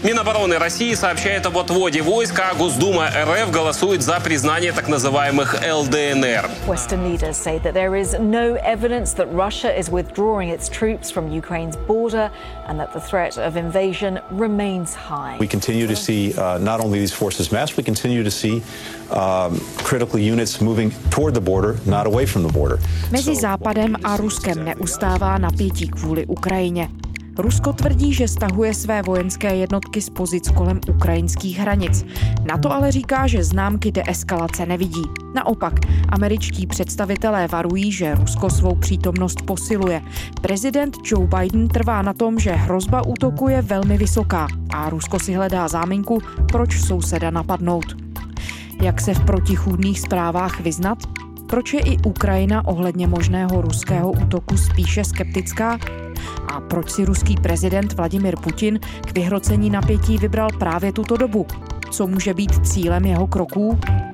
Минобороны России сообщает об отводе войск, а Госдума РФ голосует за признание так называемых ЛДНР. Western leaders say that there is no evidence that Russia is withdrawing its troops from Ukraine's border and that the threat of invasion remains high. We continue to see not only these forces mass, we continue to see critical units moving toward the border, not away from the border. Mezi Západem a Ruskem neustává napětí kvůli Ukrajině. Rusko tvrdí, že stahuje své vojenské jednotky z pozic kolem ukrajinských hranic. NATO ale říká, že známky deeskalace nevidí. Naopak, američtí představitelé varují, že Rusko svou přítomnost posiluje. Prezident Joe Biden trvá na tom, že hrozba útoku je velmi vysoká a Rusko si hledá záminku, proč souseda napadnout. Jak se v protichůdných zprávách vyznat? Proč je i Ukrajina ohledně možného ruského útoku spíše skeptická? A proč si ruský prezident Vladimir Putin k vyhrocení napětí vybral právě tuto dobu? Co může být cílem jeho kroků?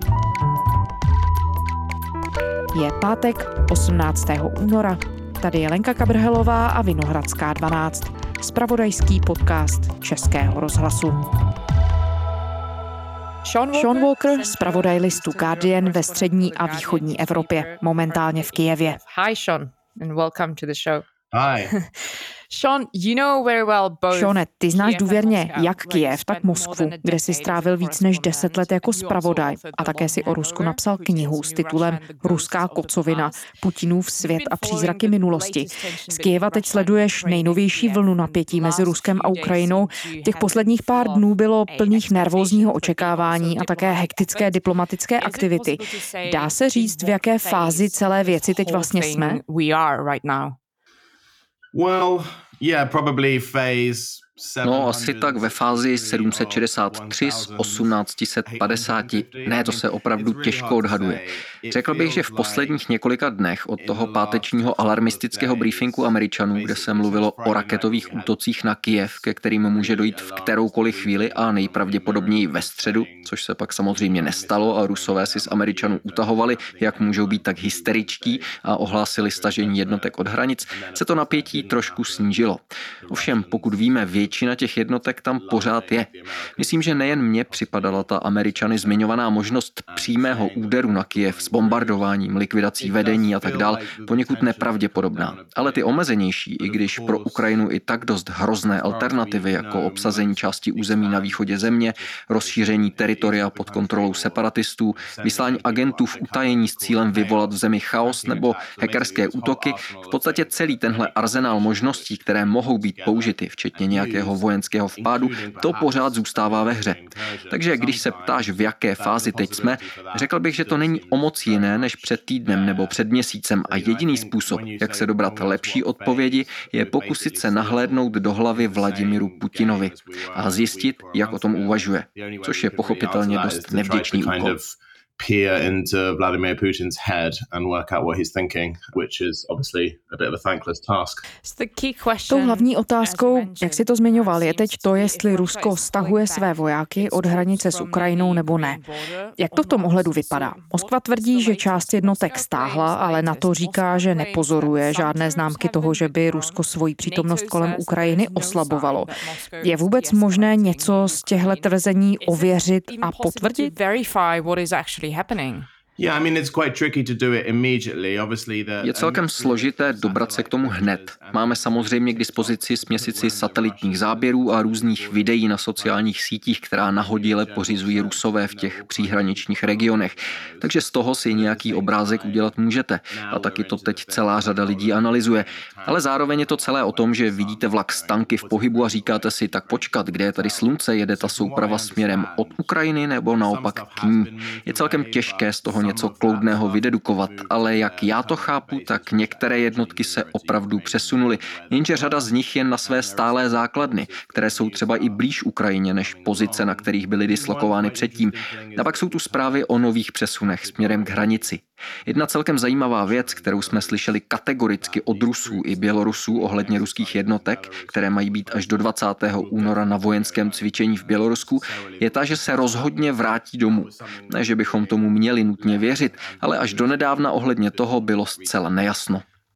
Je pátek 18. února. Tady je Lenka Kabrhelová a Vinohradská 12. Zpravodajský podcast Českého rozhlasu. Sean Walker, zpravodaj listu Guardian ve střední a východní Evropě, momentálně v Kyjevě. Hi Sean and welcome to the show. Hi. Sean, you know very well both. Seane, ty znáš důvěrně jak Kyjev, tak Moskvu, kde jsi strávil víc než 10 let jako zpravodaj a také si o Rusku napsal knihu s titulem Ruská kocovina, Putinův svět a přízraky minulosti. Z Kyjeva teď sleduješ nejnovější vlnu napětí mezi Ruskem a Ukrajinou. Těch posledních pár dnů bylo plných nervózního očekávání a také hektické diplomatické aktivity. Dá se říct, v jaké fázi celé věci teď vlastně jsme? Well, yeah, probably phase. No, asi tak ve fázi 763 z 1850. Ne, to se opravdu těžko odhaduje. Řekl bych, že v posledních několika dnech od toho pátečního alarmistického briefingu Američanů, kde se mluvilo o raketových útocích na Kyjev, ke kterým může dojít v kteroukoliv chvíli a nejpravděpodobněji ve středu, což se pak samozřejmě nestalo a Rusové si z Američanů utahovali, jak můžou být tak hysteričtí a ohlásili stažení jednotek od hranic, se to napětí trošku snížilo. Ovšem, pokud víme, většina těch jednotek tam pořád je. Myslím, že nejen mně připadala ta Američany zmiňovaná možnost přímého úderu na Kyjev s bombardováním, likvidací vedení a tak dál poněkud nepravděpodobná. Ale ty omezenější, i když pro Ukrajinu i tak dost hrozné alternativy, jako obsazení části území na východě země, rozšíření teritoria pod kontrolou separatistů, vyslání agentů v utajení s cílem vyvolat v zemi chaos nebo hackerské útoky, v podstatě celý tenhle arzenál možností, které mohou být použity, včetně nějakého vojenského vpádu, to pořád zůstává ve hře. Takže když se ptáš, v jaké fázi teď jsme, řekl bych, že to není o moc jiné než před týdnem nebo před měsícem a jediný způsob, jak se dobrat lepší odpovědi, je pokusit se nahlédnout do hlavy Vladimiru Putinovi a zjistit, jak o tom uvažuje, což je pochopitelně dost nevděčný úkol. Peer into Vladimir Putin's head and work out what he's thinking, which is obviously a bit of a thankless task. Tou hlavní otázkou, jak si to zmiňoval, je teď to, jestli Rusko stahuje své vojáky od hranice s Ukrajinou nebo ne. Jak to v tom ohledu vypadá? Moskva tvrdí, že část jednotek stáhla, ale NATO říká, že nepozoruje žádné známky toho, že by Rusko svoji přítomnost kolem Ukrajiny oslabovalo. Je vůbec možné něco z těchto tvrzení ověřit a potvrdit? Je celkem složité dobrat se k tomu hned. Máme samozřejmě k dispozici směsici satelitních záběrů a různých videí na sociálních sítích, která nahodile pořizují Rusové v těch příhraničních regionech. Takže z toho si nějaký obrázek udělat můžete. A taky to teď celá řada lidí analyzuje. Ale zároveň je to celé o tom, že vidíte vlak s tanky v pohybu a říkáte si, tak počkat, kde je tady slunce, jede ta souprava směrem od Ukrajiny nebo naopak k ní. Je celkem těžké z toho něco kloudného vydedukovat, ale jak já to chápu, tak některé jednotky se opravdu přesunuly, jenže řada z nich je na své stálé základny, které jsou třeba i blíž Ukrajině než pozice, na kterých byly dislokovány předtím. A pak jsou tu zprávy o nových přesunech směrem k hranici. Jedna celkem zajímavá věc, kterou jsme slyšeli kategoricky od Rusů i Bělorusů ohledně ruských jednotek, které mají být až do 20. února na vojenském cvičení v Bělorusku, je ta, že se rozhodně vrátí domů. Ne, že bychom tomu měli nutně věřit, ale až donedávna ohledně toho bylo zcela nejasno.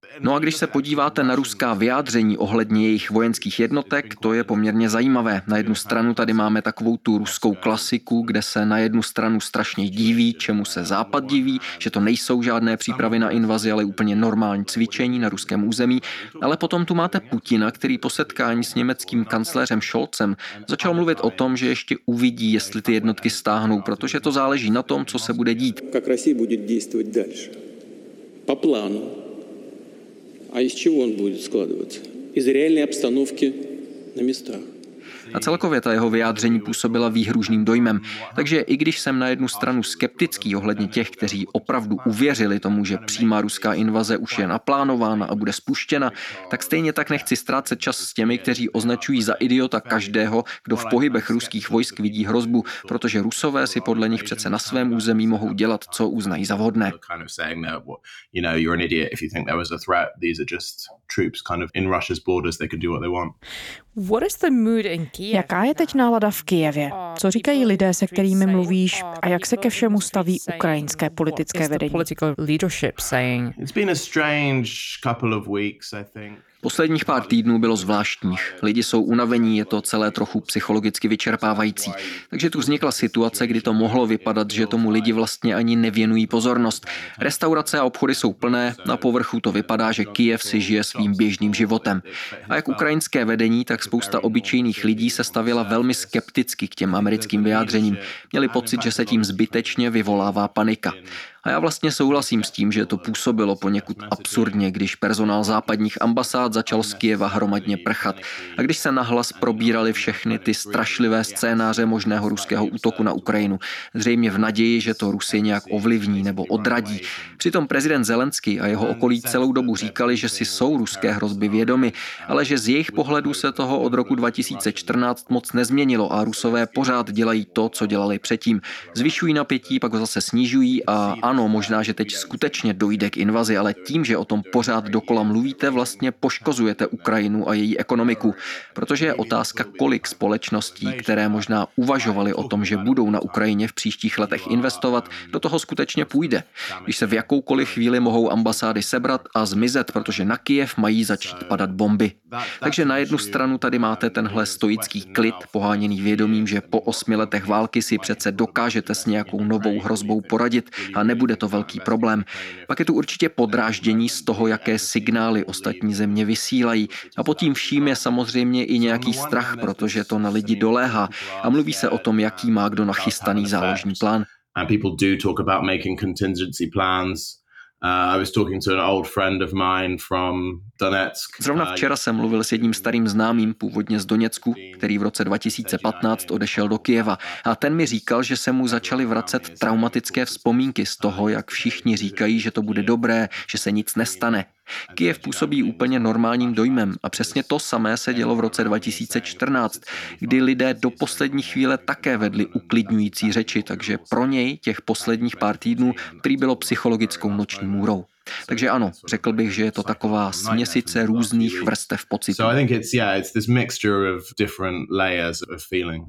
No a když se podíváte na ruská vyjádření ohledně jejich vojenských jednotek, to je poměrně zajímavé. Na jednu stranu tady máme takovou tu ruskou klasiku, kde se na jednu stranu strašně diví, čemu se Západ diví, že to nejsou žádné přípravy na invazi, ale úplně normální cvičení na ruském území. Ale potom tu máte Putina, který po setkání s německým kancléřem Scholzem začal mluvit o tom, že ještě uvidí, jestli ty jednotky stáhnou, protože to záleží na tom, co se bude dít. Jak Rusie bude действовать dál? Po plánu. A z čeho on bude skladovat? Iz reálné obstanovky na místech. A celkově ta jeho vyjádření působila výhružným dojmem. Takže i když jsem na jednu stranu skeptický ohledně těch, kteří opravdu uvěřili tomu, že přímá ruská invaze už je naplánována a bude spuštěna, tak stejně tak nechci ztrácet čas s těmi, kteří označují za idiota každého, kdo v pohybech ruských vojsk vidí hrozbu, protože Rusové si podle nich přece na svém území mohou dělat, co uznají za vhodné. Jaká je teď nálada v Kyjevě? Co říkají lidé, se kterými mluvíš, a jak se ke všemu staví ukrajinské politické vedení? Posledních pár týdnů bylo zvláštních. Lidi jsou unavení, je to celé trochu psychologicky vyčerpávající. Takže tu vznikla situace, kdy to mohlo vypadat, že tomu lidi vlastně ani nevěnují pozornost. Restaurace a obchody jsou plné, na povrchu to vypadá, že Kyjev si žije svým běžným životem. A jak ukrajinské vedení, tak spousta obyčejných lidí se stavěla velmi skepticky k těm americkým vyjádřením. Měli pocit, že se tím zbytečně vyvolává panika. A já vlastně souhlasím s tím, že to působilo poněkud absurdně, když personál západních ambasád začal z Kyjeva hromadně prchat. A když se nahlas probírali všechny ty strašlivé scénáře možného ruského útoku na Ukrajinu, zřejmě v naději, že to Rusy nějak ovlivní nebo odradí. Přitom prezident Zelenský a jeho okolí celou dobu říkali, že si jsou ruské hrozby vědomi, ale že z jejich pohledu se toho od roku 2014 moc nezměnilo a Rusové pořád dělají to, co dělali předtím. Zvyšují napětí, pak ho zase snižují a ano, možná, že teď skutečně dojde k invazi, ale tím, že o tom pořád dokola mluvíte, vlastně poškozujete Ukrajinu a její ekonomiku. Protože je otázka, kolik společností, které možná uvažovaly o tom, že budou na Ukrajině v příštích letech investovat, do toho skutečně půjde. Když se v jakoukoliv chvíli mohou ambasády sebrat a zmizet, protože na Kyjev mají začít padat bomby. Takže na jednu stranu tady máte tenhle stoický klid, poháněný vědomím, že po 8 letech války si přece dokážete s nějakou novou hrozbou poradit a nebude to velký problém. Pak je tu určitě podráždění z toho, jaké signály ostatní země vysílají. A pod tím vším je samozřejmě i nějaký strach, protože to na lidi doléhá. A mluví se o tom, jaký má kdo nachystaný záložní plán. I was talking to an old friend of mine from Donetsk. Zrovna včera jsem mluvil s jedním starým známým, původně z Doněcku, který v roce 2015 odešel do Kyjeva. A ten mi říkal, že se mu začaly vracet traumatické vzpomínky z toho, jak všichni říkají, že to bude dobré, že se nic nestane. Kyjev působí úplně normálním dojmem a přesně to samé se dělo v roce 2014, kdy lidé do poslední chvíle také vedli uklidňující řeči, takže pro něj těch posledních pár týdnů prý bylo psychologickou noční můrou. Takže ano, řekl bych, že je to taková směsice různých vrstev pocitů. So I think it's this mixture of different layers of feeling.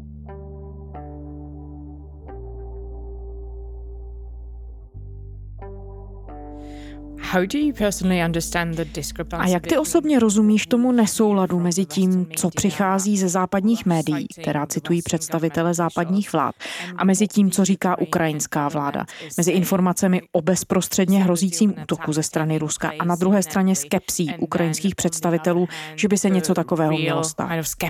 A jak ty osobně rozumíš tomu nesouladu mezi tím, co přichází ze západních médií, která citují představitele západních vlád, a mezi tím, co říká ukrajinská vláda, mezi informacemi o bezprostředně hrozícím útoku ze strany Ruska a na druhé straně skepsí ukrajinských představitelů, že by se něco takového mělo stát?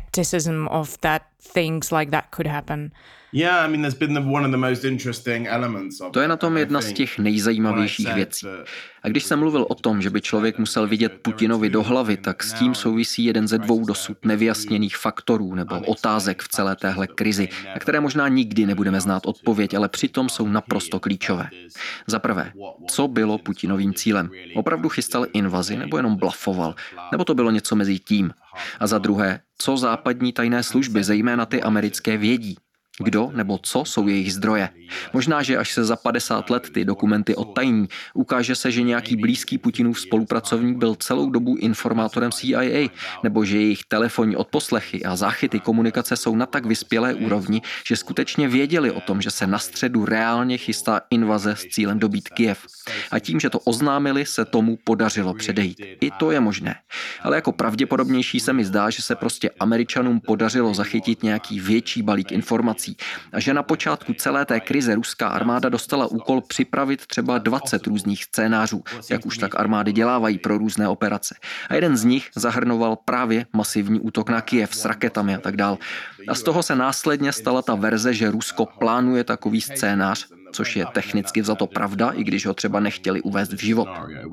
To je na tom jedna z těch nejzajímavějších věcí. A když jsem mluvil o tom, že by člověk musel vidět Putinovi do hlavy, tak s tím souvisí jeden ze dvou dosud nevyjasněných faktorů nebo otázek v celé téhle krizi, na které možná nikdy nebudeme znát odpověď, ale přitom jsou naprosto klíčové. Za prvé, co bylo Putinovým cílem? Opravdu chystal invazi nebo jenom blafoval? Nebo to bylo něco mezi tím? A za druhé, co západní tajné služby, zejména ty americké, vědí? Kdo nebo co jsou jejich zdroje. Možná, že až se za 50 let ty dokumenty odtajní, ukáže se, že nějaký blízký Putinův spolupracovník byl celou dobu informátorem CIA, nebo že jejich telefonní odposlechy a záchyty komunikace jsou na tak vyspělé úrovni, že skutečně věděli o tom, že se na středu reálně chystá invaze s cílem dobít Kyjev. A tím, že to oznámili, se tomu podařilo předejít. I to je možné. Ale jako pravděpodobnější se mi zdá, že se prostě Američanům podařilo zachytit nějaký větší balík informací a že na počátku celé té krize ruská armáda dostala úkol připravit třeba 20 různých scénářů, jak už tak armády dělávají pro různé operace. A jeden z nich zahrnoval právě masivní útok na Kyjev s raketami a tak dál. A z toho se následně stala ta verze, že Rusko plánuje takový scénář, což je technicky vzato pravda, i když ho třeba nechtěli uvést v život.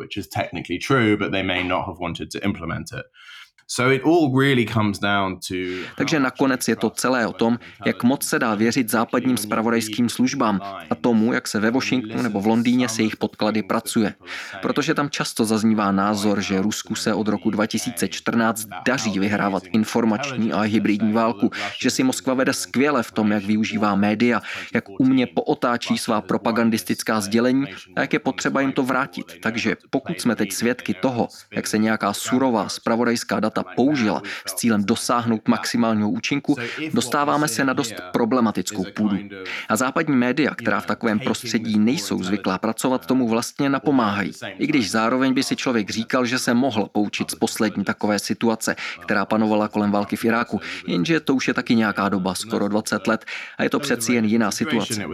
Takže nakonec je to celé o tom, jak moc se dá věřit západním zpravodajským službám a tomu, jak se ve Washingtonu nebo v Londýně s jejich podklady pracuje. Protože tam často zaznívá názor, že Rusku se od roku 2014 daří vyhrávat informační a hybridní válku, že si Moskva vede skvěle v tom, jak využívá média, jak umně pootáčí svá propagandistická sdělení a jak je potřeba jim to vrátit. Takže pokud jsme teď svědky toho, jak se nějaká surová zpravodajská data použila s cílem dosáhnout maximálního účinku, dostáváme se na dost problematickou půdu. A západní média, která v takovém prostředí nejsou zvyklá pracovat, tomu vlastně napomáhají. I když zároveň by si člověk říkal, že se mohl poučit z poslední takové situace, která panovala kolem války v Iráku, jenže to už je taky nějaká doba, skoro 20 let, a je to přeci jen jiná situace.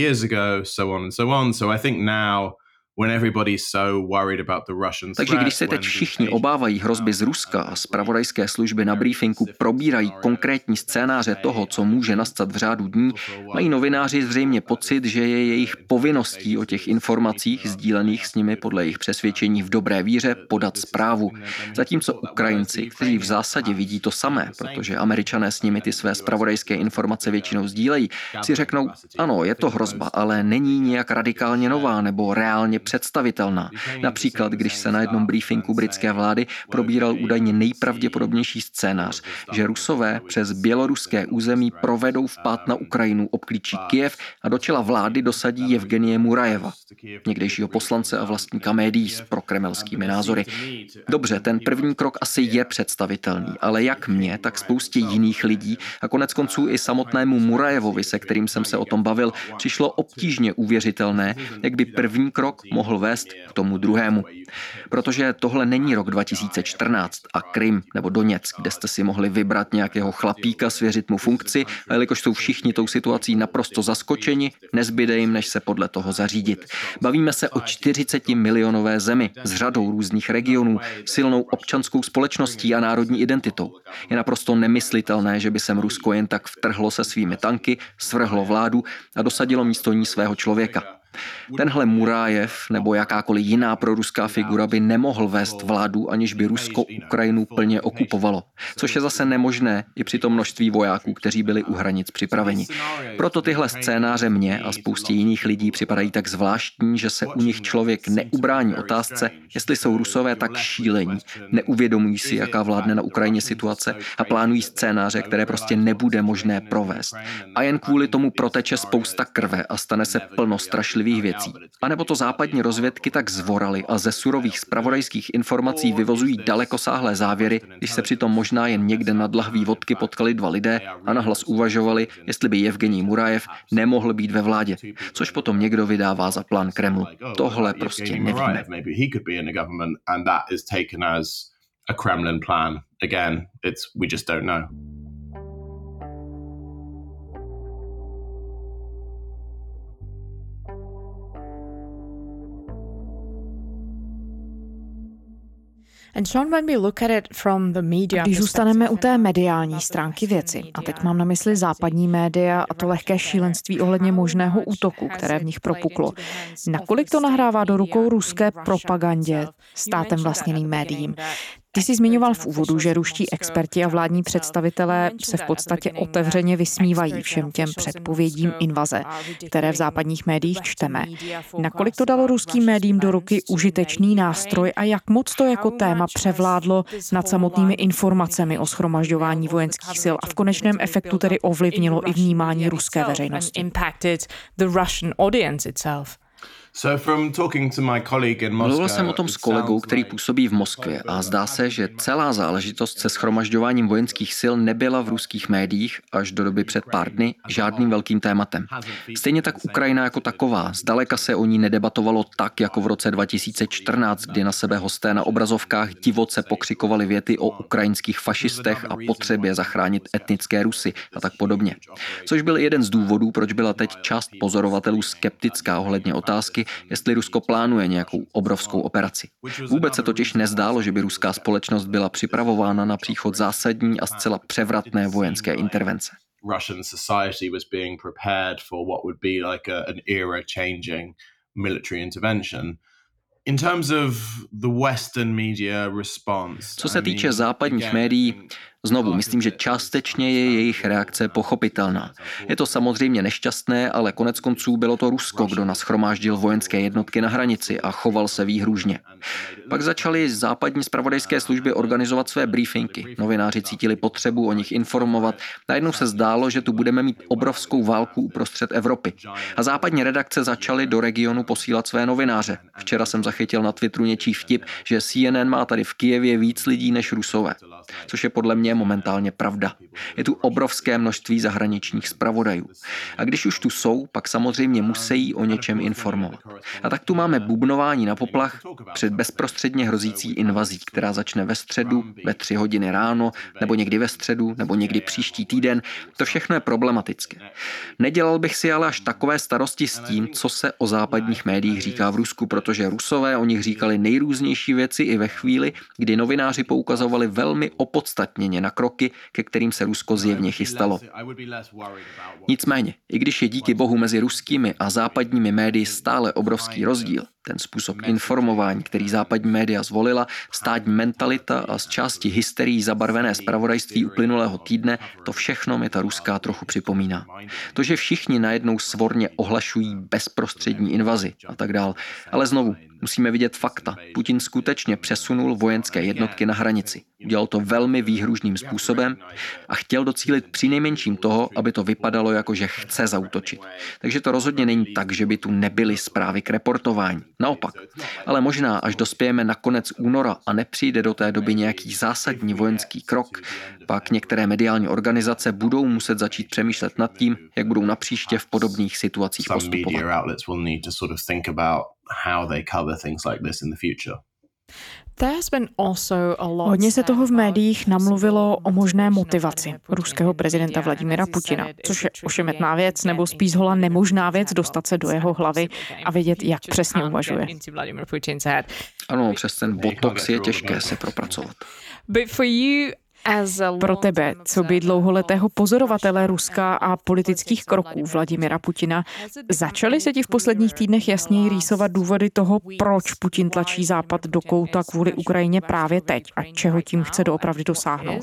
Takže když se teď všichni obávají hrozby z Ruska a zpravodajské služby na briefingu probírají konkrétní scénáře toho, co může nastat v řádu dní, mají novináři zřejmě pocit, že je jejich povinností o těch informacích sdílených s nimi podle jejich přesvědčení v dobré víře podat zprávu. Zatímco Ukrajinci, kteří v zásadě vidí to samé, protože Američané s nimi ty své zpravodajské informace většinou sdílejí, si řeknou, ano, je to hrozba, ale není nijak radikálně nová nebo reálně představitelná. Například, když se na jednom briefingu britské vlády probíral údajně nejpravděpodobnější scénář, že Rusové přes běloruské území provedou vpád na Ukrajinu, obklíčí Kyjev a do čela vlády dosadí Jevgenije Murajeva, někdejšího poslance a vlastníka médií s prokremelskými názory. Dobře, ten první krok asi je představitelný, ale jak mě, tak spoustě jiných lidí a koneckonců i samotnému Murajevovi, se kterým jsem se o tom bavil, přišlo obtížně uvěřitelné, jak by první krok mohl vést k tomu druhému. Protože tohle není rok 2014 a Krym nebo Doněck, kde jste si mohli vybrat nějakého chlapíka, svěřit mu funkci, a jelikož jsou všichni tou situací naprosto zaskočeni, nezbyde jim, než se podle toho zařídit. Bavíme se o 40 milionové zemi s řadou různých regionů, silnou občanskou společností a národní identitou. Je naprosto nemyslitelné, že by sem Rusko jen tak vtrhlo se svými tanky, svrhlo vládu a dosadilo místo ní svého člověka. Tenhle Murajev nebo jakákoliv jiná proruská figura by nemohl vést vládu, aniž by Rusko Ukrajinu plně okupovalo. Což je zase nemožné i při tom množství vojáků, kteří byli u hranic připraveni. Proto tyhle scénáře mě a spoustě jiných lidí připadají tak zvláštní, že se u nich člověk neubrání otázce, jestli jsou Rusové tak šílení, neuvědomují si, jaká vládne na Ukrajině situace a plánují scénáře, které prostě nebude možné provést. A jen kvůli tomu proteče spousta krve a stane se plno strašlivých věcí. A nebo to západní rozvědky tak zvoraly a ze surových zpravodajských informací vyvozují dalekosáhlé závěry, když se přitom možná jen někde nad lahví vodky potkali dva lidé a nahlas uvažovali, jestli by Jevgenij Murajev nemohl být ve vládě, což potom někdo vydává za plán Kremlu. Tohle prostě nevíme. Když zůstaneme u té mediální stránky věci, a teď mám na mysli západní média a to lehké šílenství ohledně možného útoku, které v nich propuklo, nakolik to nahrává do rukou ruské propagandě, státem vlastněným médiím? Ty jsi zmiňoval v úvodu, že ruští experti a vládní představitelé se v podstatě otevřeně vysmívají všem těm předpovědím invaze, které v západních médiích čteme. Nakolik to dalo ruským médiím do ruky užitečný nástroj a jak moc to jako téma převládlo nad samotnými informacemi o shromažďování vojenských sil a v konečném efektu tedy ovlivnilo i vnímání ruské veřejnosti? Mluvil jsem o tom s kolegou, který působí v Moskvě a zdá se, že celá záležitost se shromažďováním vojenských sil nebyla v ruských médiích až do doby před pár dny žádným velkým tématem. Stejně tak Ukrajina jako taková, zdaleka se o ní nedebatovalo tak, jako v roce 2014, kdy na sebe hosté na obrazovkách divoce pokřikovali věty o ukrajinských fašistech a potřebě zachránit etnické Rusy a tak podobně. Což byl jeden z důvodů, proč byla teď část pozorovatelů skeptická ohledně otázky, jestli Rusko plánuje nějakou obrovskou operaci. Vůbec se totiž nezdálo, že by ruská společnost byla připravována na příchod zásadní a zcela převratné vojenské intervence. Russian society was being prepared for what would be like an era-changing military intervention. In terms of the Western media response, co se týče západních médií, znovu, myslím, že částečně je jejich reakce pochopitelná. Je to samozřejmě nešťastné, ale koneckonců bylo to Rusko, kdo nashromáždil vojenské jednotky na hranici a choval se výhružně. Pak začaly západní zpravodajské služby organizovat své briefingy. Novináři cítili potřebu o nich informovat. Najednou se zdálo, že tu budeme mít obrovskou válku uprostřed Evropy. A západní redakce začaly do regionu posílat své novináře. Včera jsem zachytil na Twitteru něčí vtip, že CNN má tady v Kyjevě víc lidí než Rusové. Což je podle mě momentálně pravda. Je tu obrovské množství zahraničních zpravodajů. A když už tu jsou, pak samozřejmě musí o něčem informovat. A tak tu máme bubnování na poplach před bezprostředně hrozící invazí, která začne ve středu, ve 3 hodiny ráno, nebo někdy ve středu, nebo někdy příští týden. To všechno je problematické. Nedělal bych si ale až takové starosti s tím, co se o západních médiích říká v Rusku, protože Rusové o nich říkali nejrůznější věci i ve chvíli, kdy novináři poukazovali velmi opodstatněně na kroky, ke kterým se Rusko zjevně chystalo. Nicméně, i když je díky bohu mezi ruskými a západními médii stále obrovský rozdíl, ten způsob informování, který západní média zvolila, státní mentalita a z části hysterií zabarvené zpravodajství uplynulého týdne, to všechno mi ta ruská trochu připomíná. To, že všichni najednou svorně ohlašují bezprostřední invazi a tak dál. Ale znovu, musíme vidět fakta. Putin skutečně přesunul vojenské jednotky na hranici. Udělal to velmi výhružným způsobem a chtěl docílit přinejmenším toho, aby to vypadalo jako, že chce zaútočit. Takže to rozhodně není tak, že by tu nebyly zprávy k reportování. Naopak. Ale možná, až dospějeme na konec února a nepřijde do té doby nějaký zásadní vojenský krok, pak některé mediální organizace budou muset začít přemýšlet nad tím, jak budou napříště v podobných situacích postupovat. Hodně se toho v médiích namluvilo o možné motivaci ruského prezidenta Vladimira Putina, což je ošemetná věc, nebo spíš zhola nemožná věc dostat se do jeho hlavy a vědět, jak přesně uvažuje. Ano, přes ten botox je těžké se propracovat. Pro tebe, co by dlouholetého pozorovatele Ruska a politických kroků Vladimira Putina, začaly se ti v posledních týdnech jasněji rýsovat důvody toho, proč Putin tlačí Západ do kouta kvůli Ukrajině právě teď a čeho tím chce doopravdy dosáhnout?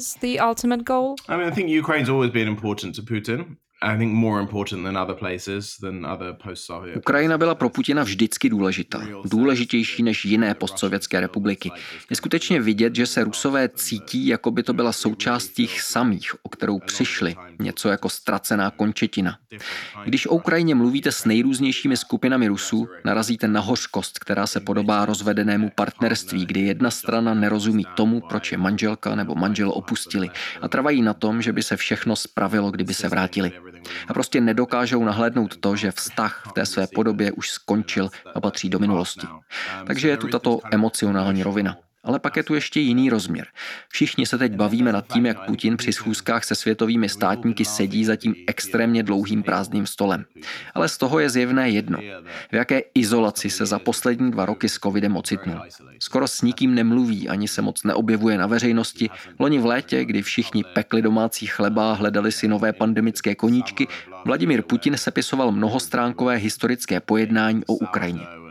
Ukrajina byla pro Putina vždycky důležitá. Důležitější než jiné postsovětské republiky. Je skutečně vidět, že se Rusové cítí, jako by to byla součást jich samých, o kterou přišli. Něco jako ztracená končetina. Když o Ukrajině mluvíte s nejrůznějšími skupinami Rusů, narazíte na hořkost, která se podobá rozvedenému partnerství, kdy jedna strana nerozumí tomu, proč je manželka nebo manžel opustili a trvají na tom, že by se všechno spravilo, kdyby se vrátili. A prostě nedokážou nahlédnout to, že vztah v té své podobě už skončil a patří do minulosti. Takže je tu tato emocionální rovina. Ale pak je tu ještě jiný rozměr. Všichni se teď bavíme nad tím, jak Putin při schůzkách se světovými státníky sedí za tím extrémně dlouhým prázdným stolem. Ale z toho je zjevné jedno. V jaké izolaci se za poslední 2 roky s covidem ocitnul. Skoro s nikým nemluví, ani se moc neobjevuje na veřejnosti. Loni v létě, kdy všichni pekli domácí chleba a hledali si nové pandemické koníčky, Vladimír Putin sepisoval mnohostránkové historické pojednání o Ukrajině.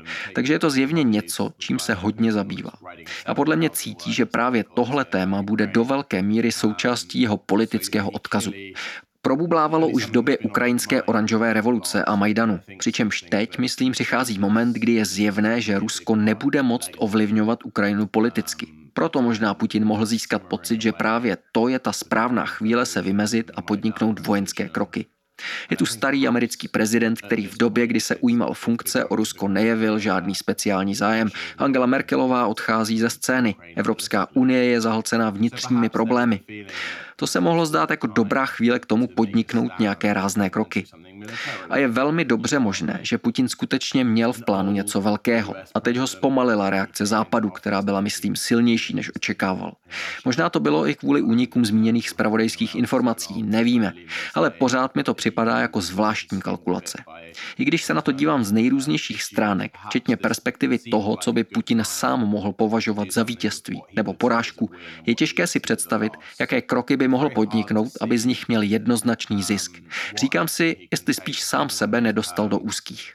Takže je to zjevně něco, čím se hodně zabývá. A podle mě cítí, že právě tohle téma bude do velké míry součástí jeho politického odkazu. Probublávalo už v době ukrajinské oranžové revoluce a Majdanu, přičemž teď, myslím, přichází moment, kdy je zjevné, že Rusko nebude moct ovlivňovat Ukrajinu politicky. Proto možná Putin mohl získat pocit, že právě to je ta správná chvíle se vymezit a podniknout vojenské kroky. Je tu starý americký prezident, který v době, kdy se ujímal funkce, o Rusko nejevil žádný speciální zájem. Angela Merkelová odchází ze scény. Evropská unie je zahlcená vnitřními problémy. To se mohlo zdát jako dobrá chvíle k tomu podniknout nějaké rázné kroky. A je velmi dobře možné, že Putin skutečně měl v plánu něco velkého a teď ho zpomalila reakce Západu, která byla, myslím, silnější, než očekával. Možná to bylo i kvůli únikům zmíněných zpravodajských informací, nevíme, ale pořád mi to připadá jako zvláštní kalkulace. I když se na to dívám z nejrůznějších stránek, včetně perspektivy toho, co by Putin sám mohl považovat za vítězství nebo porážku, je těžké si představit, jaké kroky by mohl podniknout, aby z nich měl jednoznačný zisk. Říkám si, jestli spíš sám sebe nedostal do úzkých.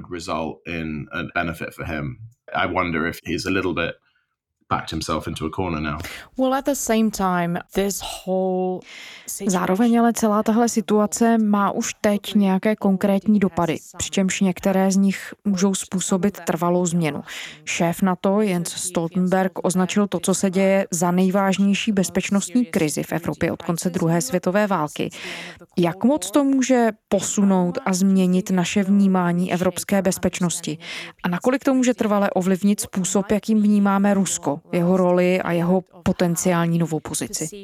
Zároveň ale celá tahle situace má už teď nějaké konkrétní dopady, přičemž některé z nich můžou způsobit trvalou změnu. Šéf NATO Jens Stoltenberg označil to, co se děje, za nejvážnější bezpečnostní krizi v Evropě od konce druhé světové války. Jak moc to může posunout a změnit naše vnímání evropské bezpečnosti? A nakolik to může trvale ovlivnit způsob, jakým vnímáme Rusko, jeho roli a jeho potenciální novou pozici?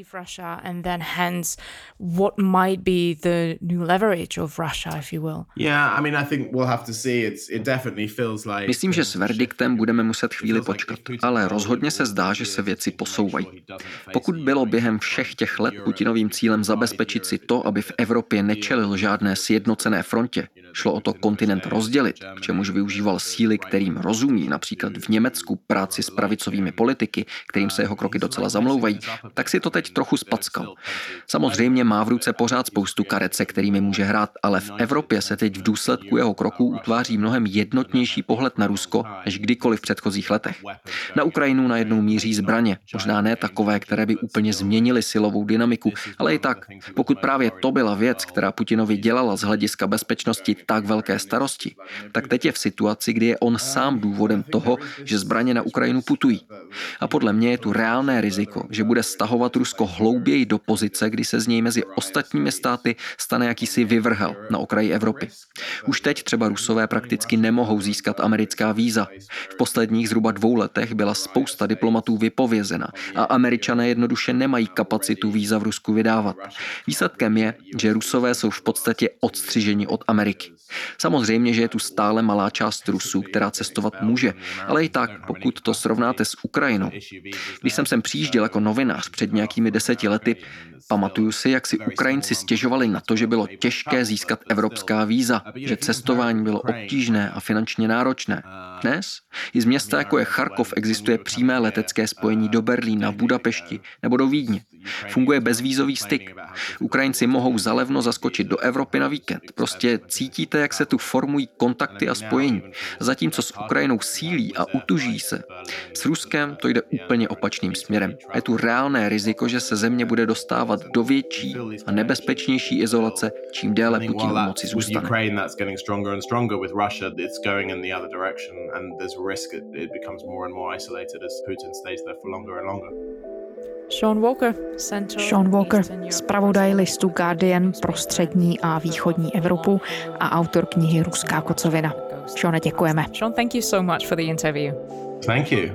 What might be the new leverage of Russia, if you will? Yeah, I mean, I think we'll have to see. It definitely feels like. Myslím, že s verdiktem budeme muset chvíli počkat, ale rozhodně se zdá, že se věci posouvají. Pokud bylo během všech těch let Putinovým cílem zabezpečit si to, aby v Evropě nečelil žádné sjednocené frontě, šlo o to kontinent rozdělit, k čemuž využíval síly, kterým rozumí, například v Německu práci s pravicovými politiky, kterým se jeho kroky docela zamlouvají, tak si to teď trochu spackal. Samozřejmě má v ruce pořád spoustu karet, se kterými může hrát, ale v Evropě se teď v důsledku jeho kroků utváří mnohem jednotnější pohled na Rusko než kdykoliv v předchozích letech. Na Ukrajinu najednou míří zbraně, možná ne takové, které by úplně změnily silovou dynamiku, ale i tak, pokud právě to byla věc, která Putinovi dělala z hlediska bezpečnosti tak velké starosti, tak teď je v situaci, kdy je on sám důvodem toho, že zbraně na Ukrajinu putují. A podle mě je tu reálné riziko, že bude stahovat Rusko hlouběji do pozice, kdy se z něj mezi ostatními státy stane jakýsi vyvrhel na okraji Evropy. Už teď třeba Rusové prakticky nemohou získat americká víza. V posledních zhruba 2 letech byla spousta diplomatů vypovězena a Američané jednoduše nemají kapacitu víza v Rusku vydávat. Výsledkem je, že Rusové jsou v podstatě odstřiženi od Ameriky. Samozřejmě, že je tu stále malá část Rusů, která cestovat může, ale i tak, pokud to srovnáte s Ukrajinou. Když jsem sem přijížděl jako novinář před nějakými 10 lety, pamatuju si, jak si Ukrajinci stěžovali na to, že bylo těžké získat evropská víza, že cestování bylo obtížné a finančně náročné. Dnes i z města jako je Charkov existuje přímé letecké spojení do Berlína, Budapešti nebo do Vídně. Funguje bezvízový styk. Ukrajinci mohou zalevno zaskočit do Evropy na víkend. Prostě cítíte, jak se tu formují kontakty a spojení. Zatímco s Ukrajinou sílí a utuží se. S Ruskem to jde úplně opačným směrem. Je tu reálné riziko, že se země bude dostávat do větší a nebezpečnější izolace, čím déle Putin u moci zůstane. Sean Walker, zpravodaj listu Guardian pro střední a východní Evropu a autor knihy Ruská kocovina. Seane, děkujeme. Sean, thank you so much for the interview. Thank you.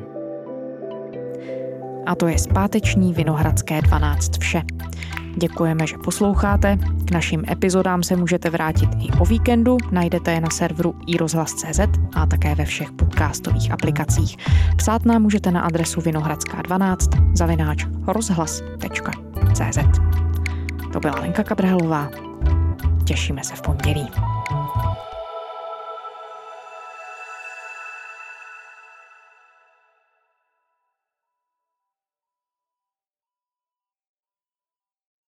A to je zpáteční Vinohradské 12 vše. Děkujeme, že posloucháte. K našim epizodám se můžete vrátit i o víkendu. Najdete je na serveru iRozhlas.cz a také ve všech podcastových aplikacích. Psát nám můžete na adresu vinohradská12@rozhlas.cz. To byla Lenka Kabrhelová. Těšíme se v pondělí.